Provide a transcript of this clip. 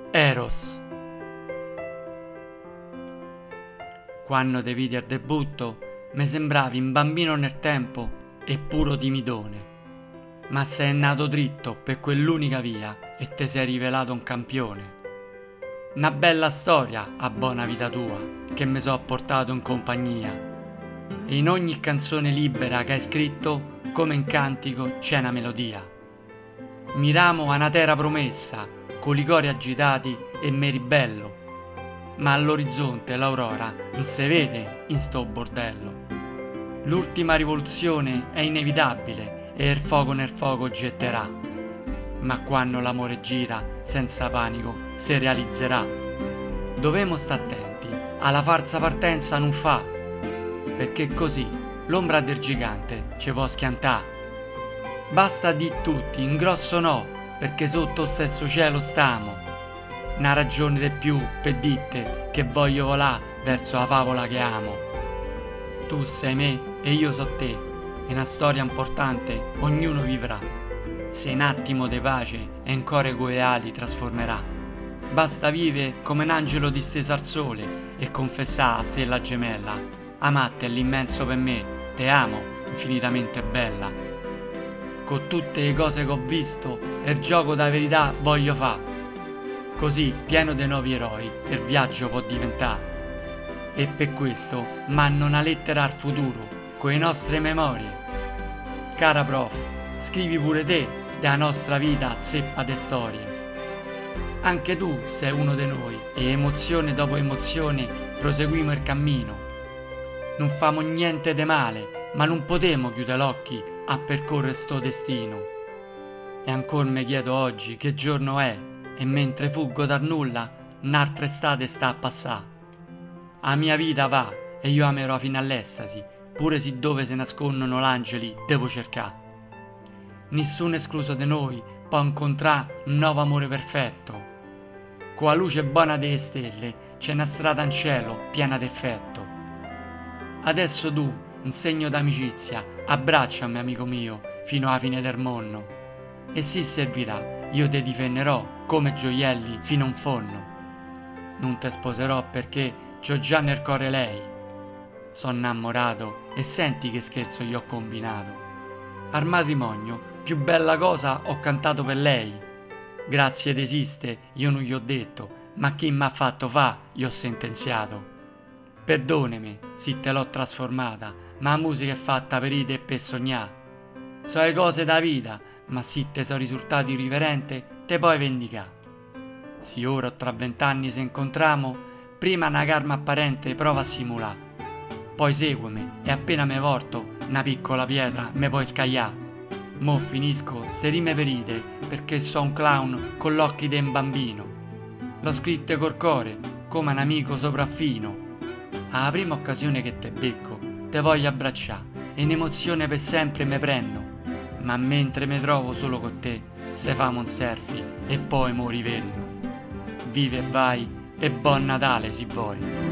Eros. Quando te vidi al debutto, mi sembravi un bambino nel tempo e puro timidone. Ma sei nato dritto per quell'unica via e te sei rivelato un campione. Una bella storia a buona vita tua che mi so portato in compagnia. E in ogni canzone libera che hai scritto, come in cantico c'è una melodia. Miramo a una terra promessa, con i cori agitati e mi ribello. Ma all'orizzonte l'aurora non si vede in sto bordello. L'ultima rivoluzione è inevitabile e il fuoco nel fuoco getterà. Ma quando l'amore gira, senza panico, si realizzerà. Dovemo stare attenti, alla falsa partenza non fa, perché così l'ombra del gigante ci può schiantà. Basta di tutti, in grosso no, perché sotto lo stesso cielo stamo. Una ragione di più per ditte che voglio volà verso la favola che amo. Tu sei me e io so te, e una storia importante ognuno vivrà. Se un attimo di pace e in core coi ali trasformerà. Basta vive come un angelo disteso al sole e confessà a stella gemella. Amatte è l'immenso per me, te amo, infinitamente bella. Con tutte le cose che ho visto, il gioco da verità voglio fa'. Così, pieno dei nuovi eroi, il viaggio può diventare. E per questo mando una lettera al futuro, con le nostre memorie. Cara prof, scrivi pure te della nostra vita zeppa de storie. Anche tu sei uno di noi e emozione dopo emozione proseguimo il cammino. Non famo niente di male, ma non potemo chiudere l'occhi a percorrere sto destino. E ancora mi chiedo oggi che giorno è e mentre fuggo dal nulla un'altra estate sta a passà. La mia vita va e io amerò fino all'estasi, pure se dove si nascondono l'angeli devo cercare. Nessuno escluso di noi può incontrare un nuovo amore perfetto. Con la luce buona delle stelle c'è una strada in cielo piena d'effetto. Adesso tu, in segno d'amicizia, abbracciami amico mio fino alla fine del mondo. E si servirà, io te difenderò come gioielli fino a un forno. Non te sposerò perché c'ho già nel cuore lei. Sono innamorato e senti che scherzo gli ho combinato. Al matrimonio, più bella cosa ho cantato per lei. Grazie ed esiste, io non gli ho detto, ma chi m'ha fatto fa, gli ho sentenziato. Perdonami se te l'ho trasformata, ma la musica è fatta per ide e per sognare. So le cose da vita, ma se te so risultati riverente, te puoi vendicare. Se ora o tra 20 anni se incontramo, prima una karma apparente prova a simulare. Poi seguimi e appena me vorto, una piccola pietra me puoi scagliare. Mo finisco ste rime perite, perché so un clown con l'occhi de un bambino. L'ho scritte col core, come un amico sopraffino. Alla prima occasione che te becco, te voglio abbracciare e in emozione per sempre me prendo. Ma mentre me trovo solo con te, se famo un selfie e poi mo rivenno. Vive e vai e buon Natale se vuoi.